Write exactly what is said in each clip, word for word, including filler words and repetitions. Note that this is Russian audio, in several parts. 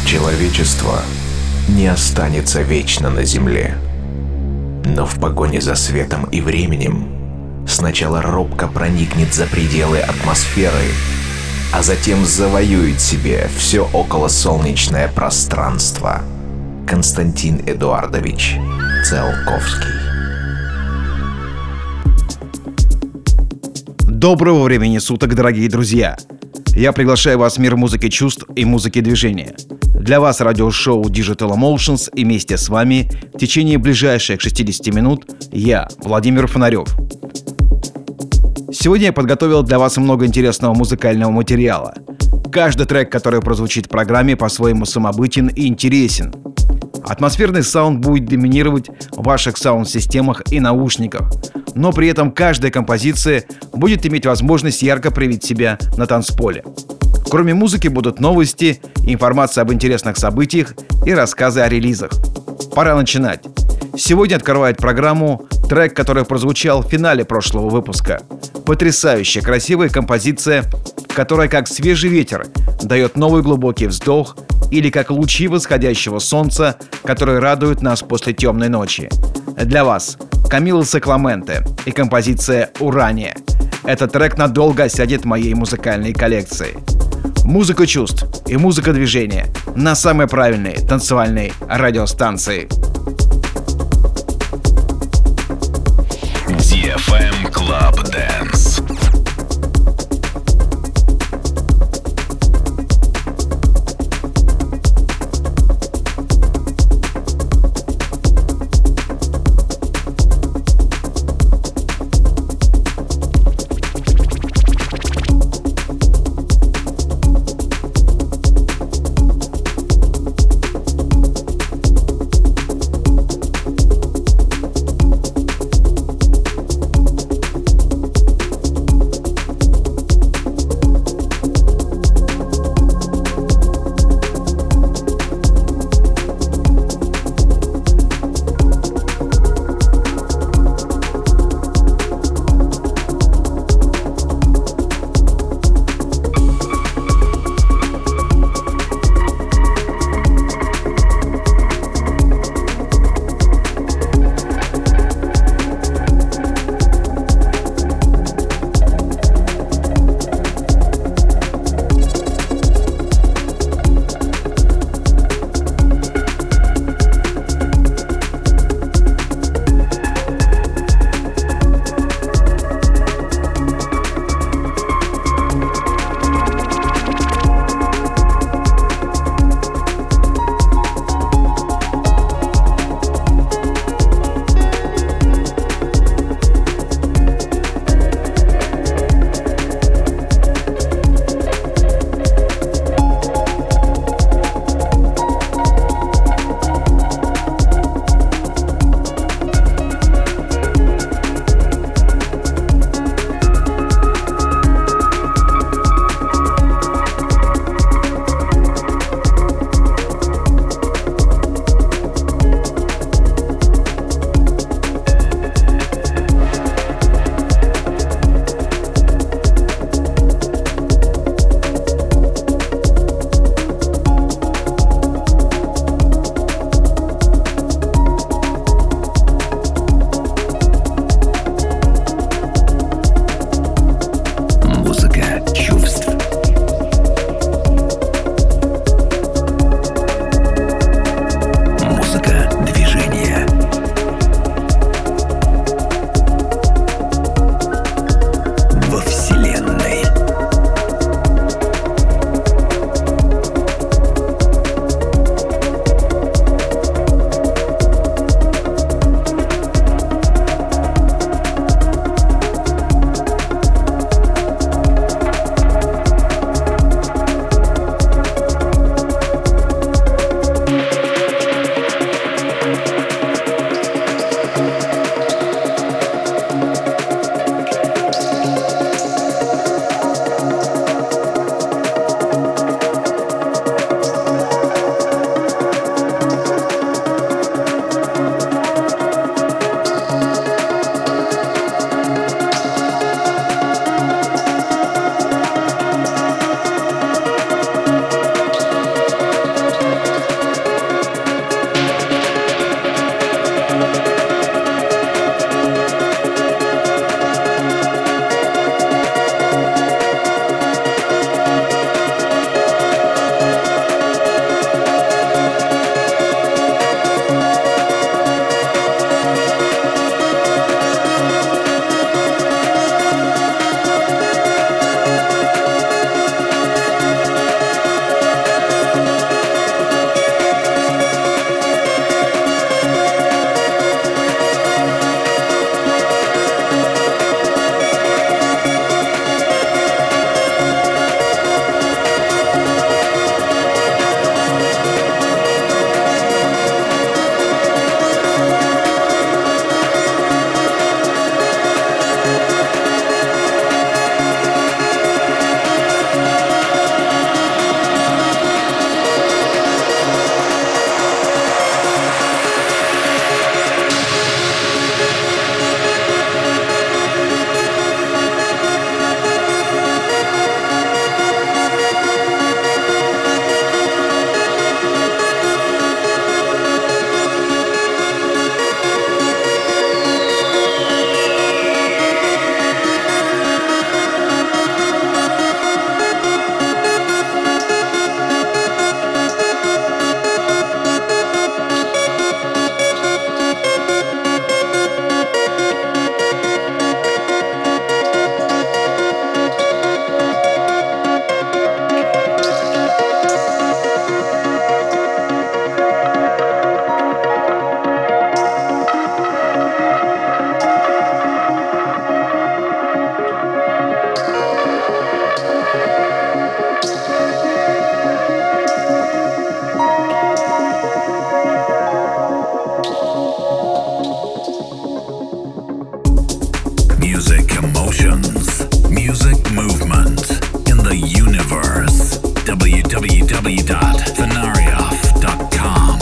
Человечество не останется вечно на Земле. Но в погоне за светом и временем сначала робко проникнет за пределы атмосферы, а затем завоюет себе все околосолнечное пространство. Константин Эдуардович Циолковский. Доброго времени суток, дорогие друзья! Я приглашаю вас в мир музыки чувств и музыки движения. Для вас радиошоу Digital Emotions, и вместе с вами в течение ближайших шестидесяти минут я, Владимир Фонарев. Сегодня я подготовил для вас много интересного музыкального материала. Каждый трек, который прозвучит в программе, по-своему самобытен и интересен. Атмосферный саунд будет доминировать в ваших саунд-системах и наушниках, но при этом каждая композиция будет иметь возможность ярко проявить себя на танцполе. Кроме музыки будут новости, информация об интересных событиях и рассказы о релизах. Пора начинать. Сегодня открывает программу трек, который прозвучал в финале прошлого выпуска. Потрясающая красивая композиция, которая как свежий ветер дает новый глубокий вздох, или как лучи восходящего солнца, которые радуют нас после темной ночи. Для вас Камила Сакламенте и композиция «Урания». Этот трек надолго осядет в моей музыкальной коллекции. Музыка чувств и музыка движения на самой правильной танцевальной радиостанции. ди эф эм Club Dance. w w dot venarioff dot com.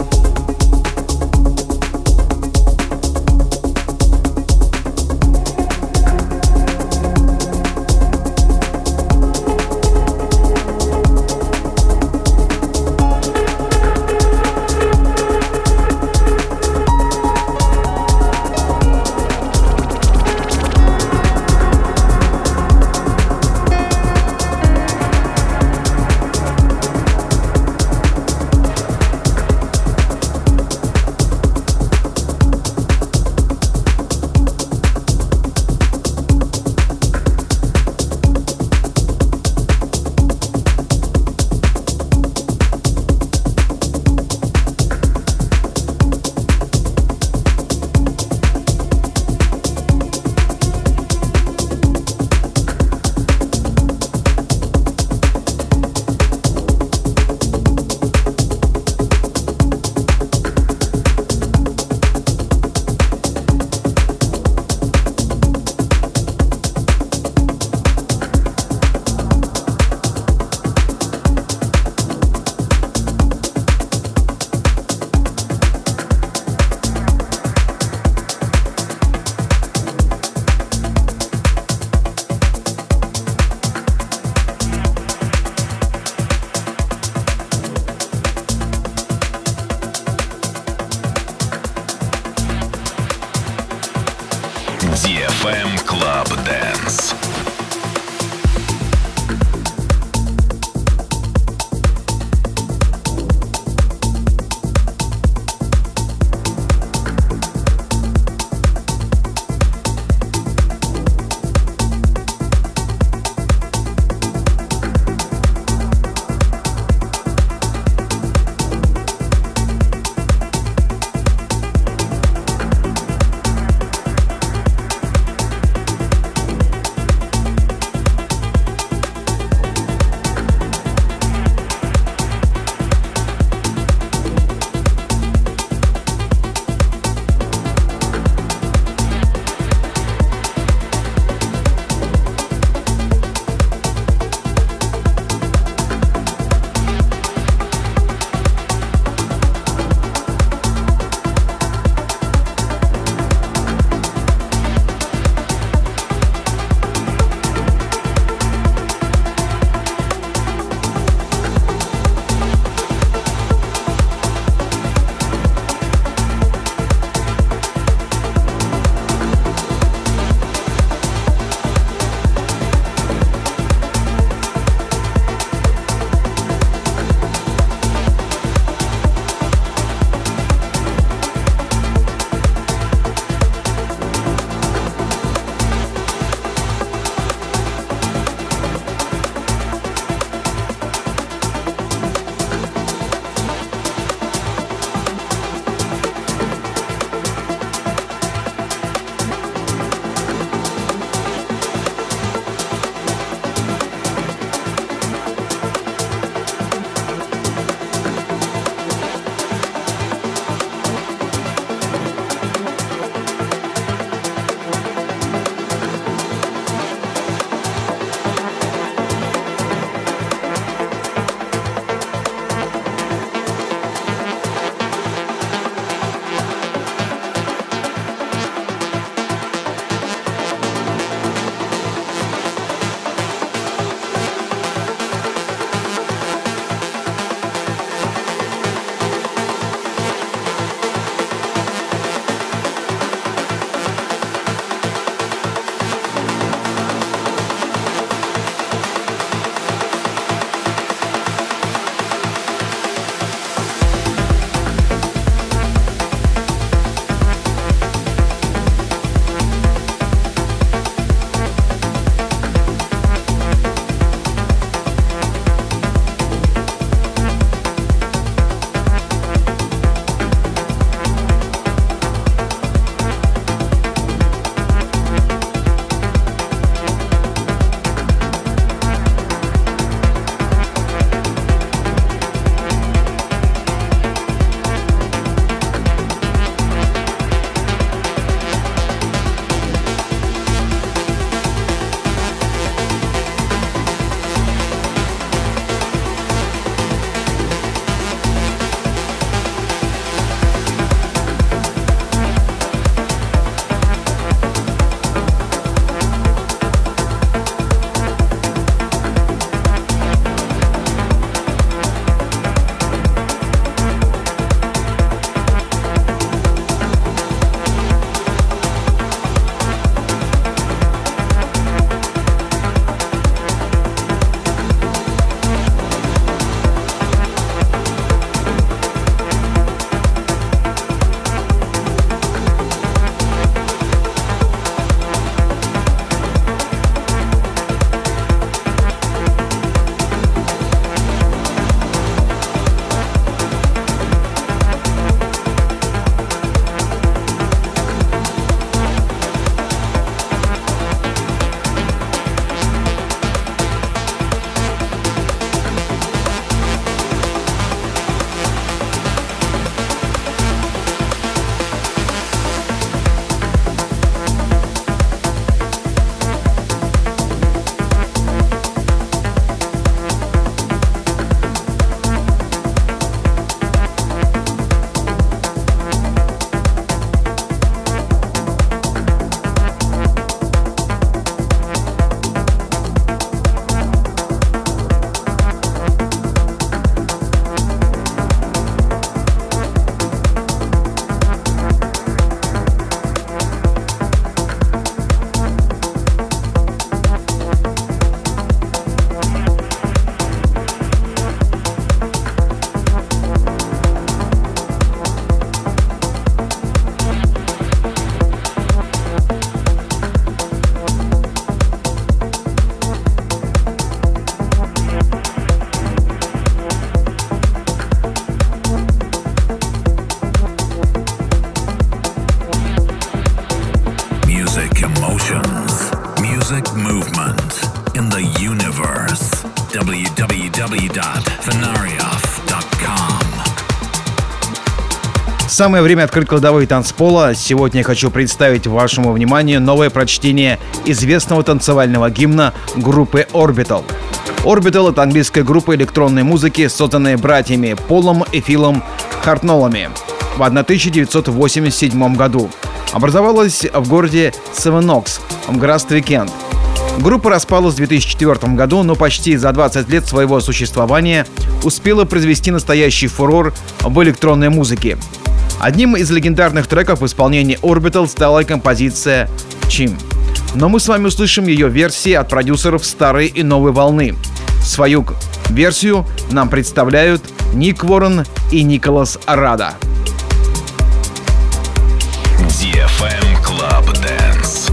ди эф эм Club Dance. Самое время открыть кладовые танцпола. Сегодня я хочу представить вашему вниманию новое прочтение известного танцевального гимна группы Orbital. Orbital — это английская группа электронной музыки, созданная братьями Полом и Филом Хартноллами в тысяча девятьсот восемьдесят седьмом году. Образовалась в городе Севенокс в графстве Кент. Группа распалась в две тысячи четвёртом году, но почти за двадцать лет своего существования успела произвести настоящий фурор в электронной музыке. Одним из легендарных треков в исполнении Orbital стала композиция «Chim». Но мы с вами услышим ее версии от продюсеров старой и новой волны. Свою версию нам представляют Ник Уоррен и Николас Рада. ди эф эм Club Dance.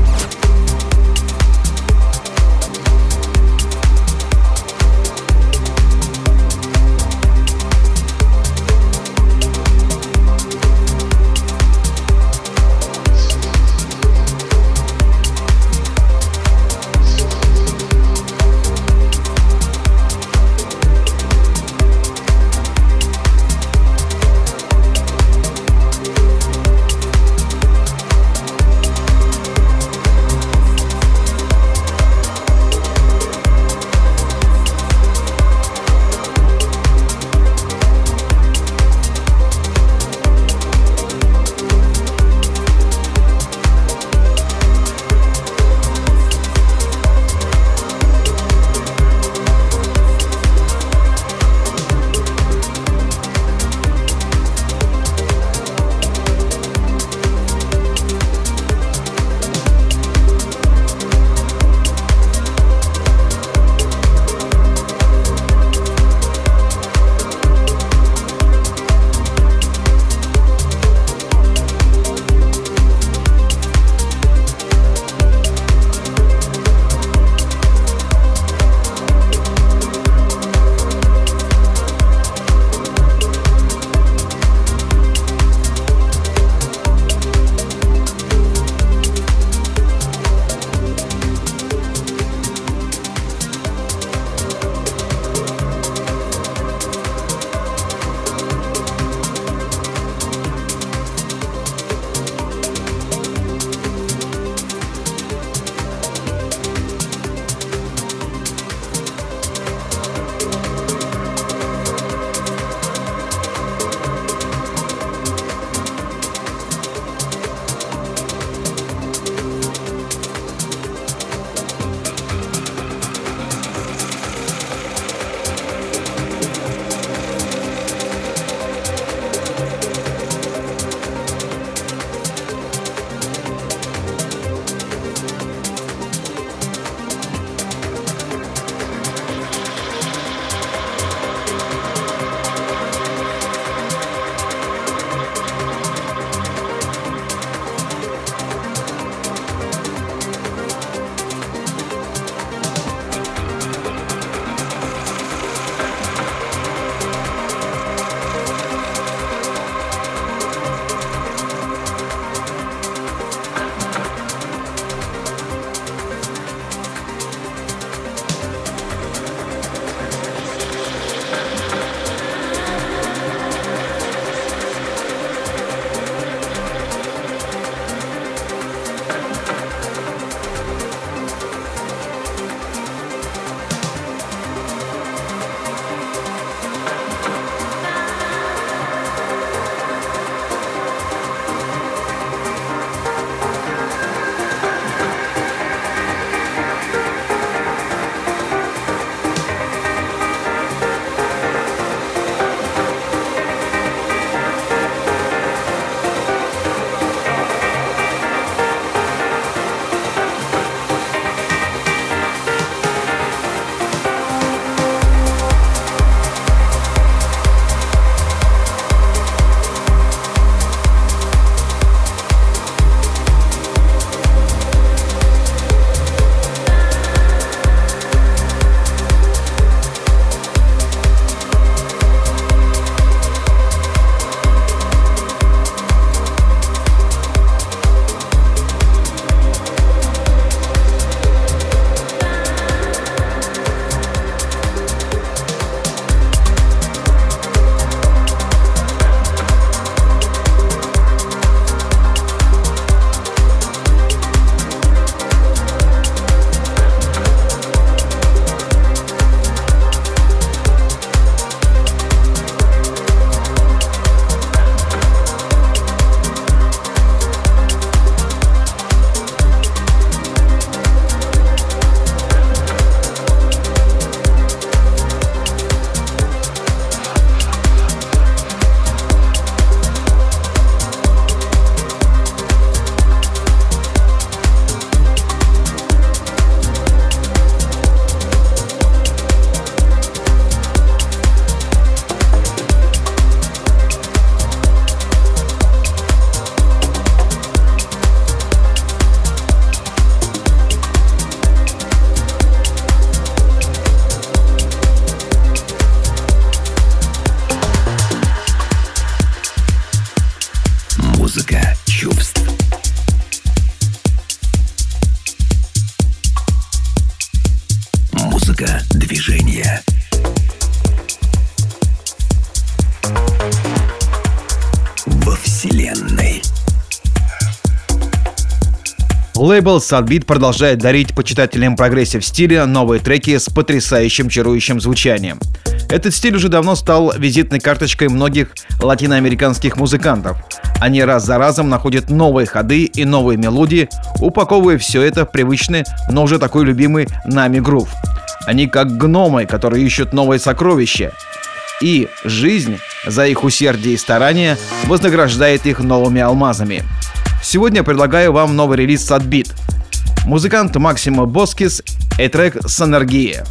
Лейбл Sadbeat продолжает дарить почитателям прогрессив стиля новые треки с потрясающим чарующим звучанием. Этот стиль уже давно стал визитной карточкой многих латиноамериканских музыкантов. Они раз за разом находят новые ходы и новые мелодии, упаковывая все это в привычный, но уже такой любимый нами грув. Они как гномы, которые ищут новые сокровища. И жизнь за их усердие и старания вознаграждает их новыми алмазами. Сегодня я предлагаю вам новый релиз Sadbeat. Музыкант Максимо Боскис и трек «Санергия».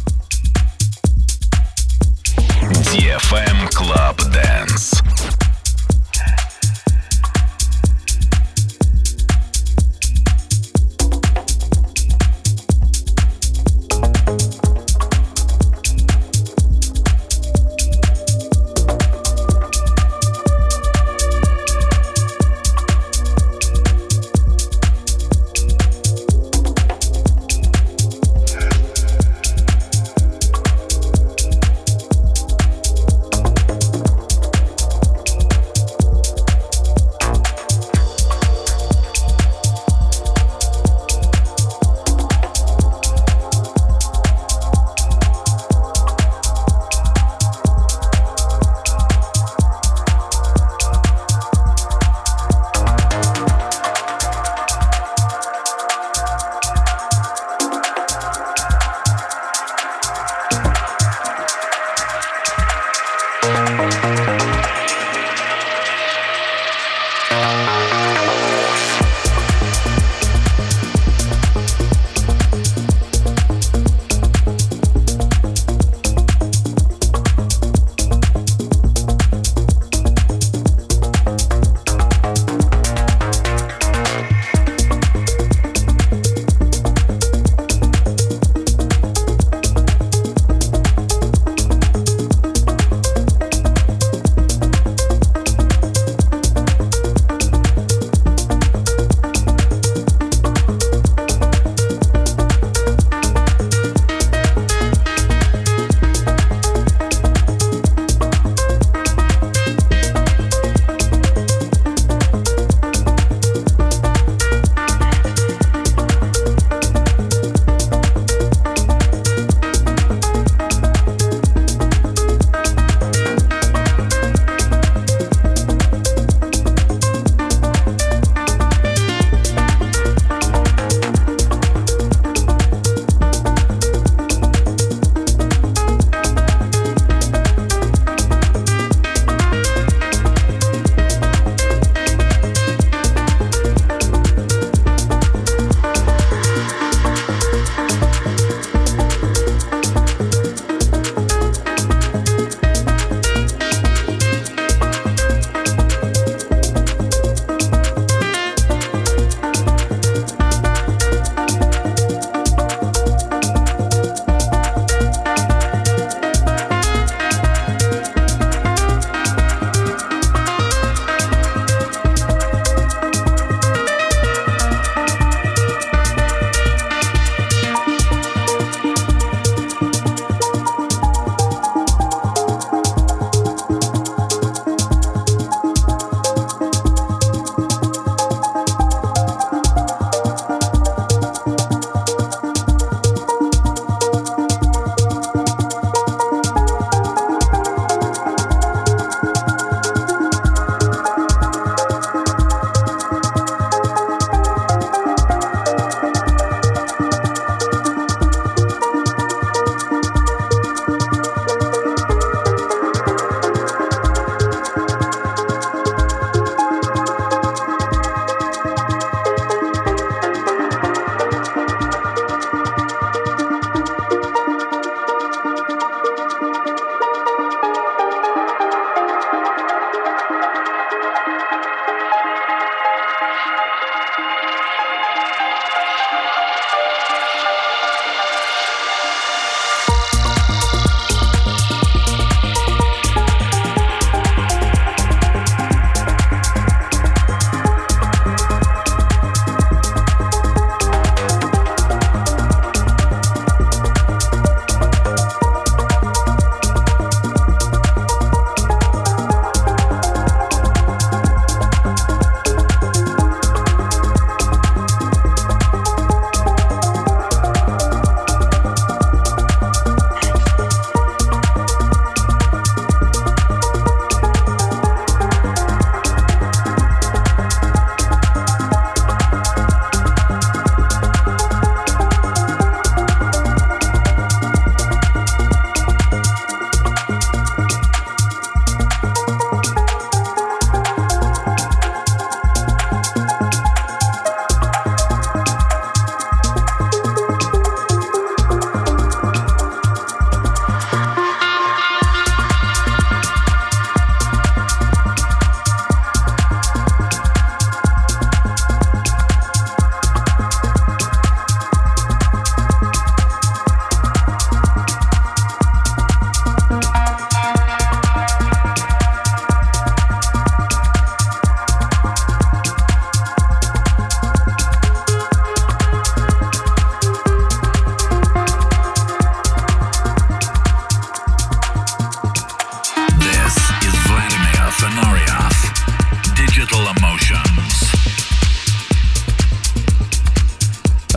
ди эф эм Club Dance.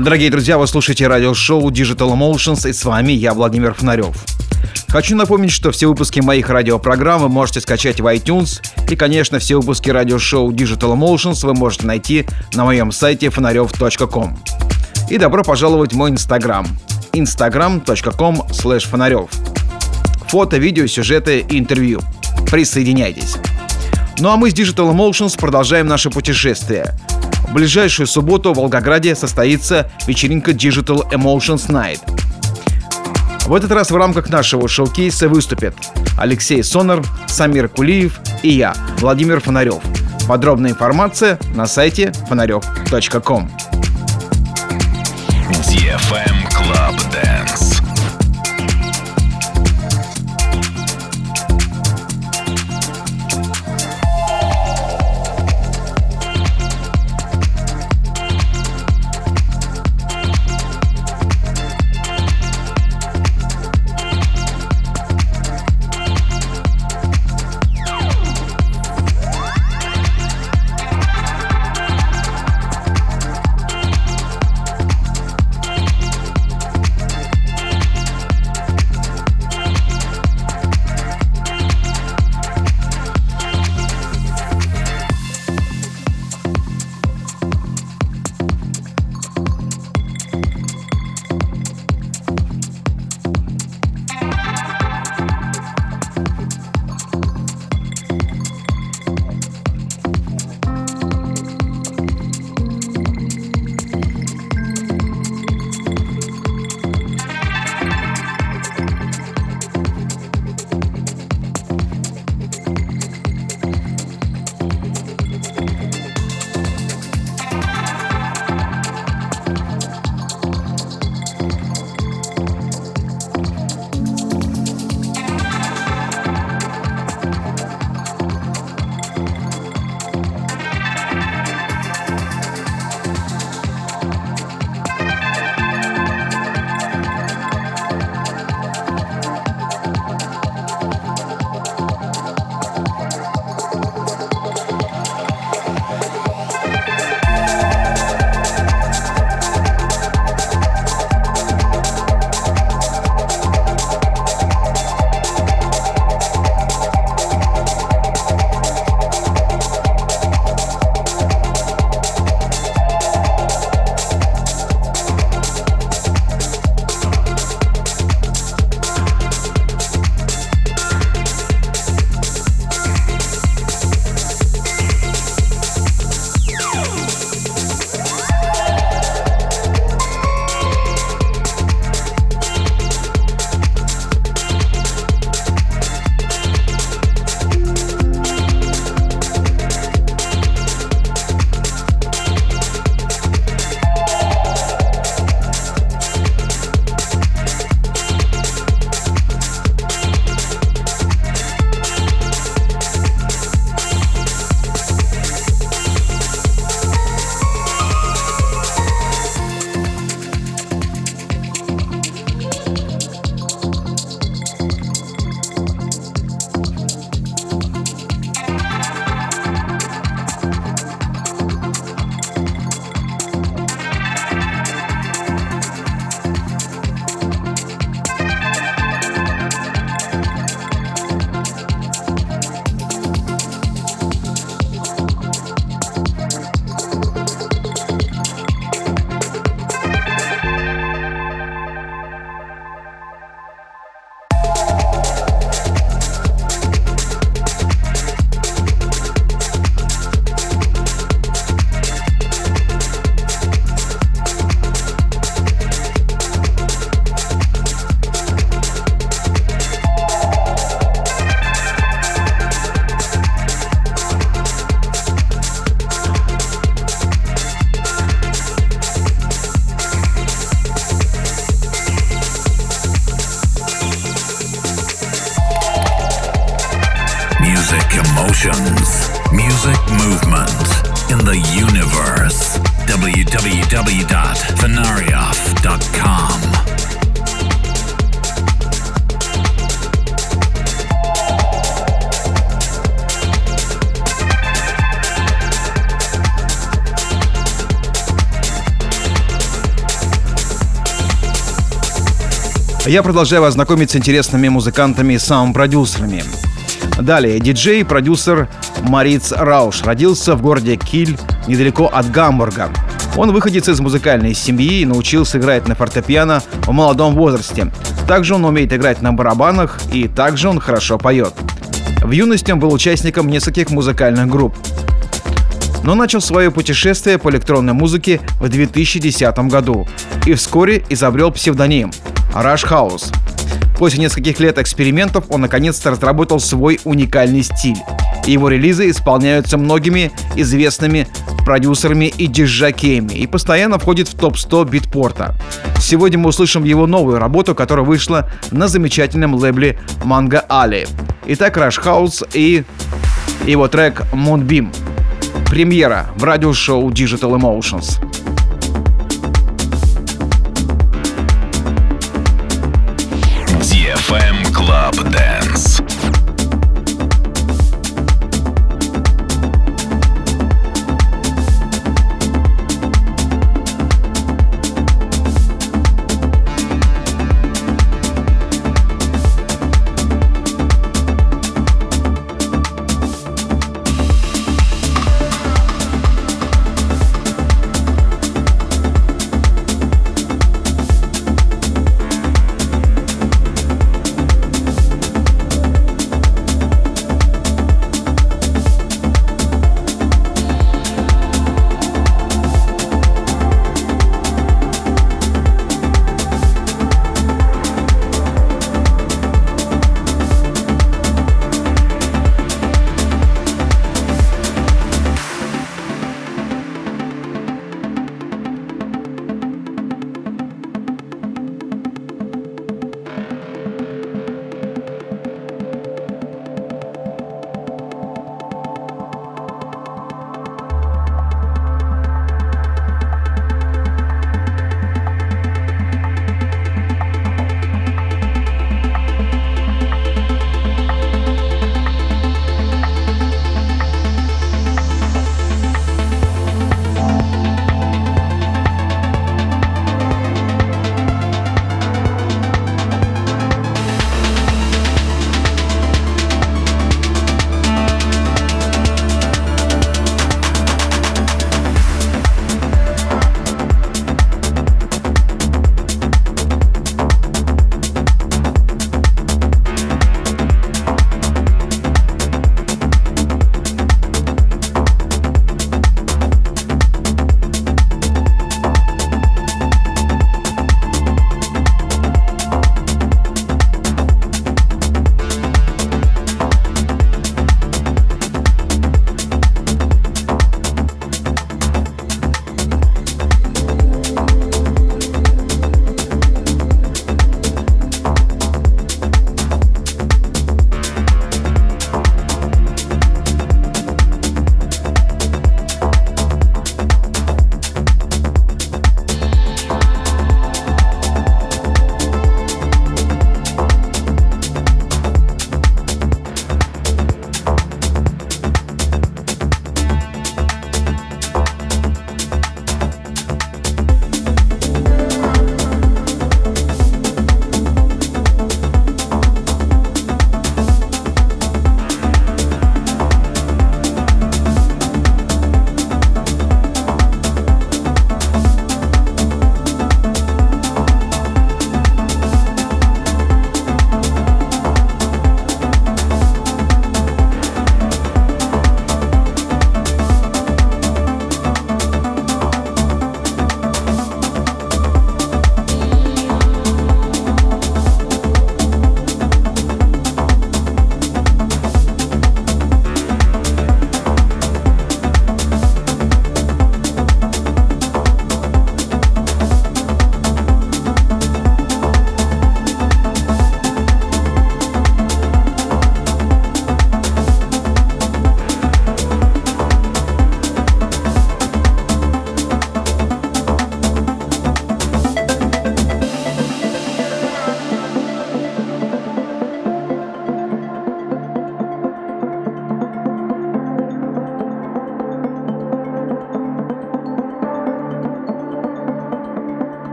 Дорогие друзья, вы слушаете радиошоу Digital Emotions, и с вами я, Владимир Фонарев. Хочу напомнить, что все выпуски моих радиопрограмм вы можете скачать в iTunes, и, конечно, все выпуски радиошоу Digital Emotions вы можете найти на моем сайте фонарев точка ком. И добро пожаловать в мой инстаграм инстаграм точка ком слэш фонарев. Фото, видео, сюжеты и интервью. Присоединяйтесь. Ну а мы с Digital Emotions продолжаем наше путешествие. В ближайшую субботу в Волгограде состоится вечеринка Digital Emotions Night. В этот раз в рамках нашего шоу-кейса выступят Алексей Сонар, Самир Кулиев и я, Владимир Фонарев. Подробная информация на сайте фонарев точка ком. ди эф эм Club Dance. Emotions, music movement in the universe. w w w dot fenarioff dot com. Я продолжаю вас знакомить с интересными музыкантами и саунд-продюсерами. Далее, диджей и продюсер Мориц Рауш родился в городе Киль, недалеко от Гамбурга. Он выходец из музыкальной семьи и научился играть на фортепиано в молодом возрасте. Также он умеет играть на барабанах, и также он хорошо поет. В юности он был участником нескольких музыкальных групп, но начал свое путешествие по электронной музыке в две тысячи десятом году и вскоре изобрел псевдоним Rush House. После нескольких лет экспериментов он наконец-то разработал свой уникальный стиль. Его релизы исполняются многими известными продюсерами и диджакеями и постоянно входит в топ сто битпорта. Сегодня мы услышим его новую работу, которая вышла на замечательном лейбле Mango Alley. Итак, Rush House и его трек Moonbeam. Премьера в радиошоу Digital Emotions. ди эф эм Club Dance.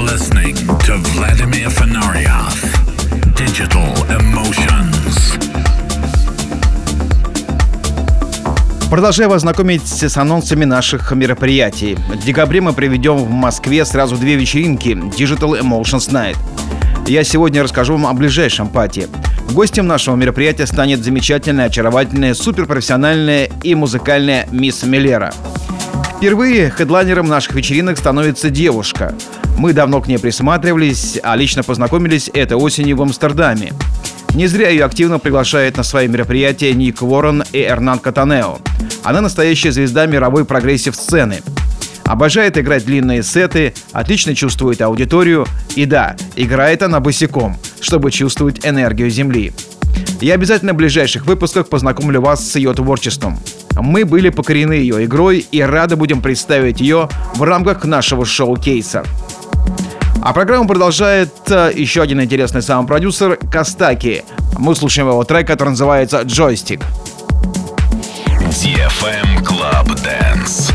listening to Vladimir Fenarioff, Digital Emotions. Продолжаю вас знакомить с анонсами наших мероприятий. В декабре мы проведем в Москве сразу две вечеринки Digital Emotions Night. Я сегодня расскажу вам о ближайшем пати. Гостем нашего мероприятия станет замечательная, очаровательная, суперпрофессиональная и музыкальная мисс Милера. Впервые хедлайнером наших вечеринок становится девушка. Мы давно к ней присматривались, а лично познакомились этой осенью в Амстердаме. Не зря ее активно приглашает на свои мероприятия Ник Уоррен и Эрнан Катанео. Она настоящая звезда мировой прогрессив-сцены. Обожает играть длинные сеты, отлично чувствует аудиторию и, да, играет она босиком, чтобы чувствовать энергию Земли. Я обязательно в ближайших выпусках познакомлю вас с ее творчеством. Мы были покорены ее игрой и рады будем представить ее в рамках нашего шоу-кейса. А программу продолжает еще один интересный саунд-продюсер Костаки. Мы слушаем его трек, который называется «Джойстик». ди эф эм Club Dance.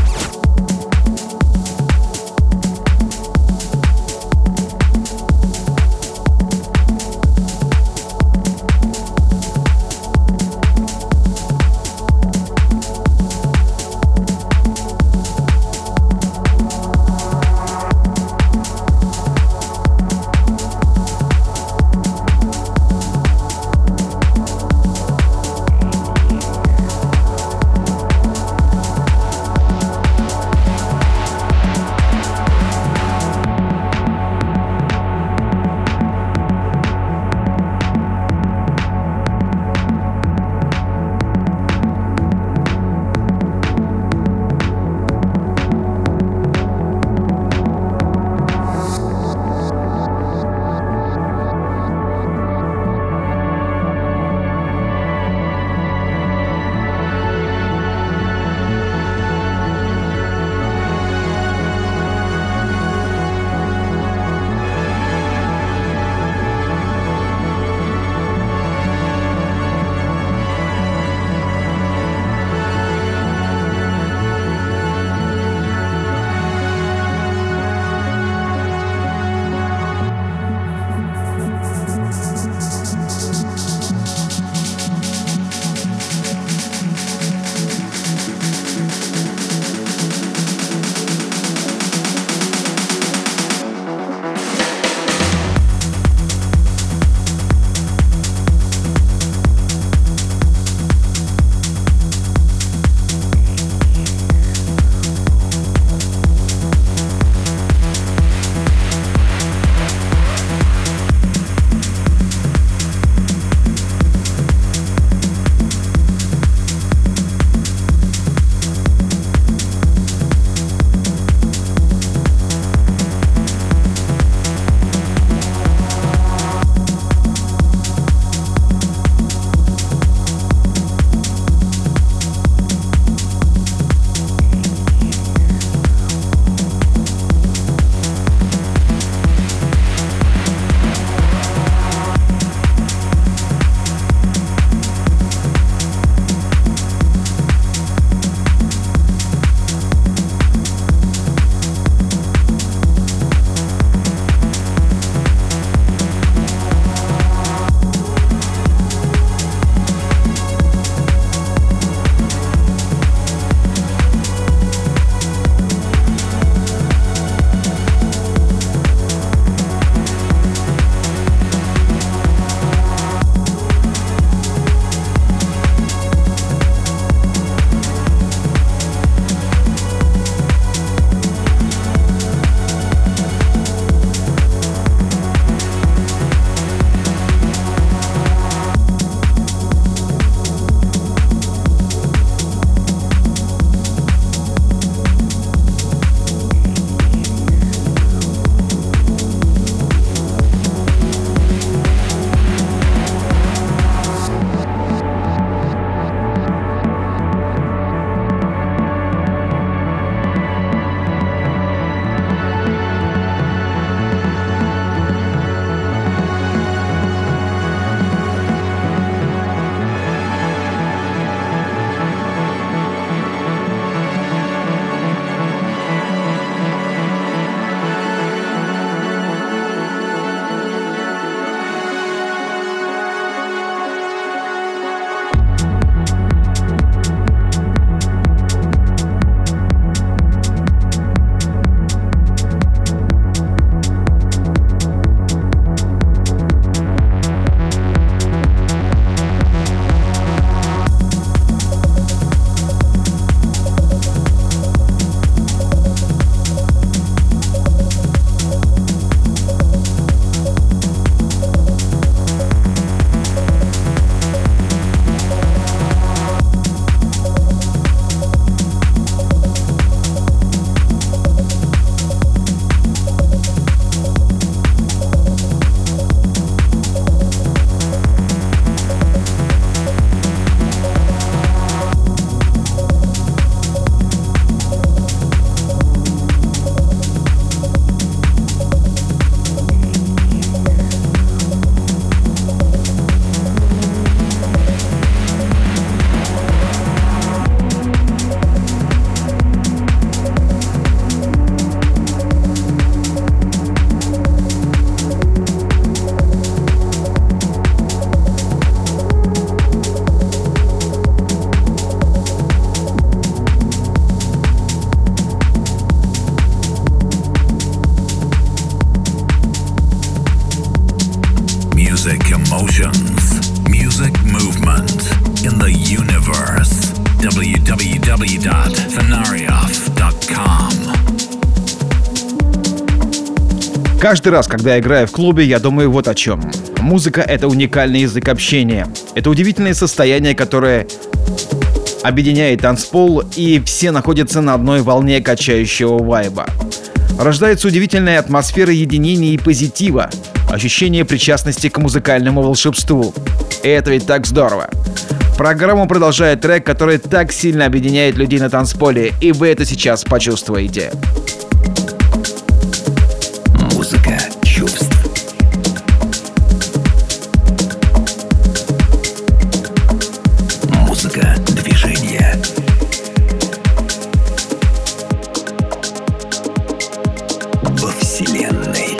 music emotions, music movement in the universe. дабл ю дабл ю дабл ю точка фонарioff точка ком. Каждый раз, когда я играю в клубе, я думаю вот о чем. Музыка — это уникальный язык общения. Это удивительное состояние, которое объединяет танцпол, и все находятся на одной волне качающего вайба. Рождается удивительная атмосфера единения и позитива, ощущение причастности к музыкальному волшебству. И это ведь так здорово. Программу продолжает трек, который так сильно объединяет людей на танцполе, и вы это сейчас почувствуете. Музыка чувств. Музыка движения. Во вселенной.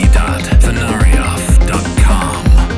w dot fenarioff dot com.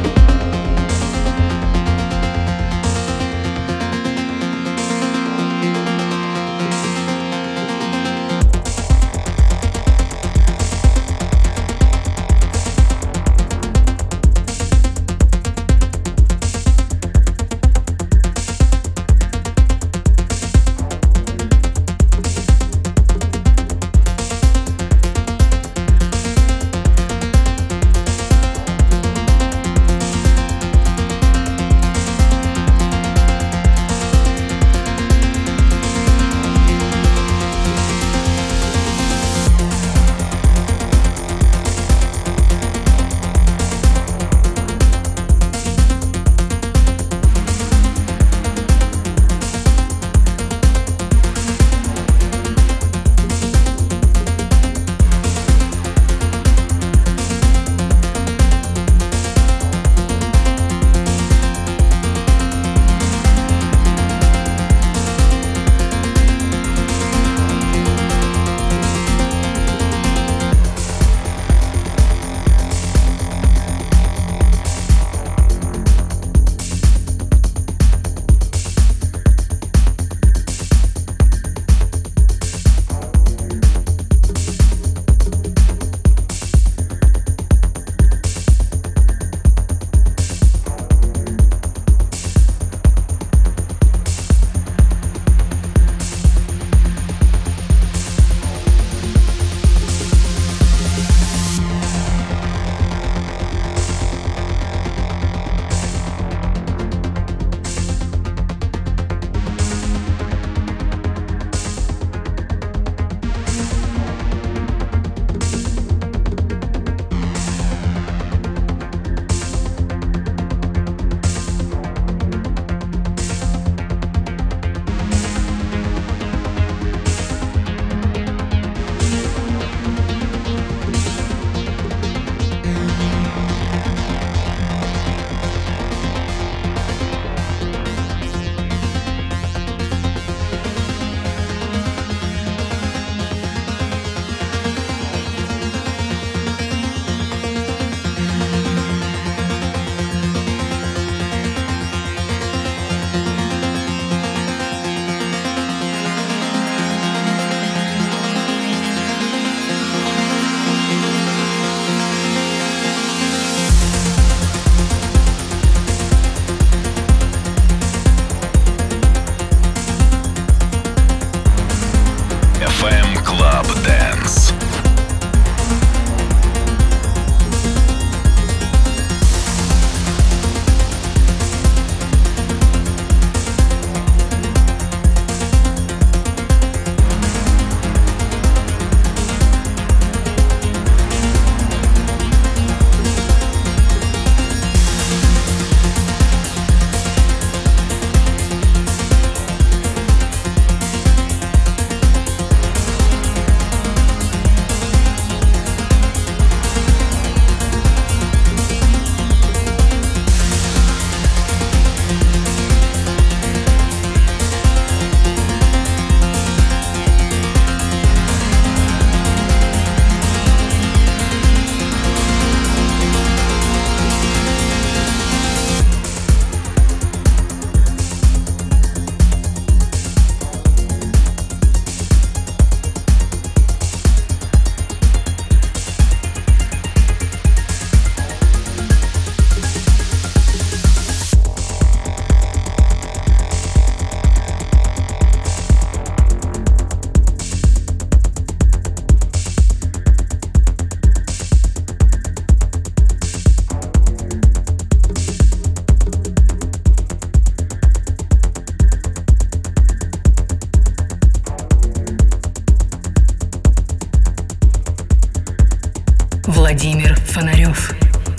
Владимир Фонарев.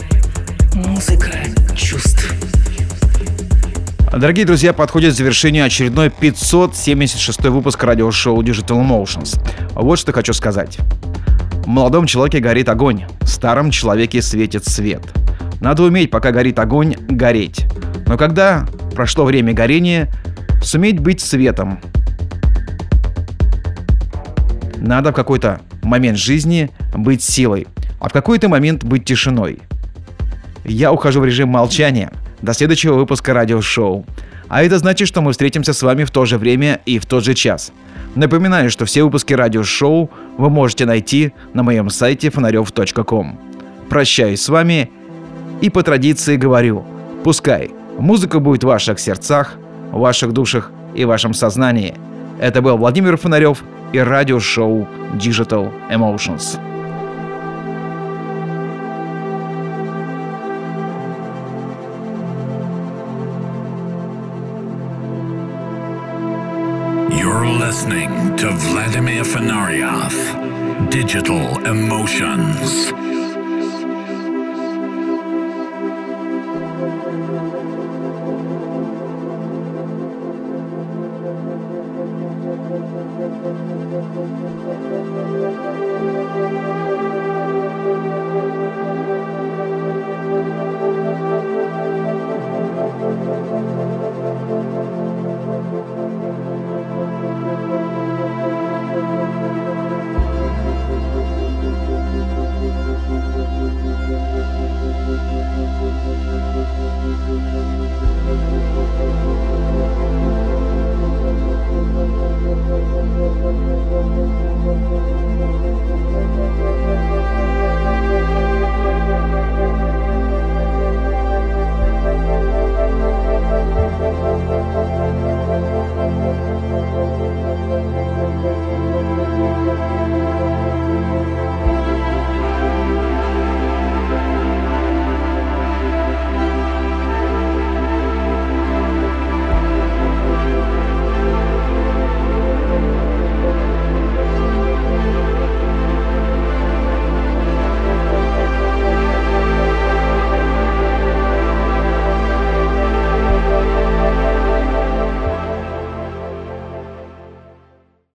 Музыка чувств. Дорогие друзья, подходит к завершению очередной пятьсот семьдесят шестой выпуск радиошоу Digital Emotions. Вот что хочу сказать. В молодом человеке горит огонь, в старом человеке светит свет. Надо уметь, пока горит огонь, гореть. Но когда прошло время горения, суметь быть светом. Надо в какой-то момент жизни быть силой. а в какой-то момент быть тишиной. Я ухожу в режим молчания до следующего выпуска радиошоу. А это значит, что мы встретимся с вами в то же время и в тот же час. Напоминаю, что все выпуски радиошоу вы можете найти на моем сайте фонарев точка ком. Прощаюсь с вами и по традиции говорю: пускай музыка будет в ваших сердцах, в ваших душах и в вашем сознании. Это был Владимир Фонарев и радиошоу Digital Emotions. You're listening to Vladimir Fanaryov, Digital Emotions.